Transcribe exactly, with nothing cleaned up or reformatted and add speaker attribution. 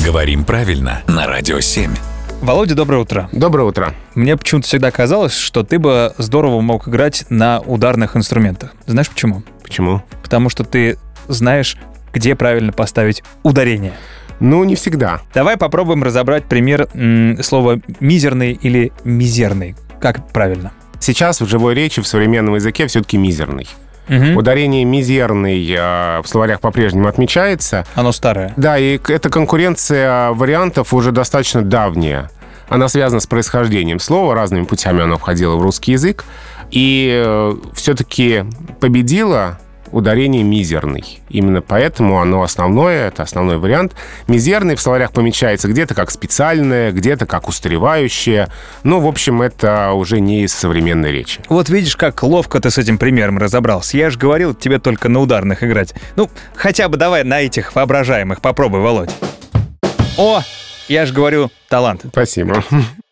Speaker 1: Говорим правильно на Радио семь.
Speaker 2: Володя, доброе утро.
Speaker 3: Доброе утро.
Speaker 2: Мне почему-то всегда казалось, что ты бы здорово мог играть на ударных инструментах. Знаешь почему?
Speaker 3: Почему?
Speaker 2: Потому что ты знаешь, где правильно поставить ударение.
Speaker 3: Ну, не всегда.
Speaker 2: Давай попробуем разобрать пример м, слова «мизерный» или «мизерный». Как правильно?
Speaker 3: Сейчас в живой речи, в современном языке все-таки мизерный.
Speaker 2: Угу.
Speaker 3: Ударение «мизерный» э, в словарях по-прежнему отмечается.
Speaker 2: Оно старое.
Speaker 3: Да, и к- эта конкуренция вариантов уже достаточно давняя. Она связана с происхождением слова, разными путями оно входило в русский язык. И э, все-таки победило ударение «мизерный». Именно поэтому оно основное, это основной вариант. «Мизерный» в словарях помечается где-то как специальное, где-то как устаревающее. Ну, в общем, это уже не из современной речи.
Speaker 2: Вот видишь, как ловко ты с этим примером разобрался. Я же говорил тебе только на ударных играть. Ну, хотя бы давай на этих воображаемых попробуй, Володь. О, я же говорю, талант.
Speaker 3: Спасибо.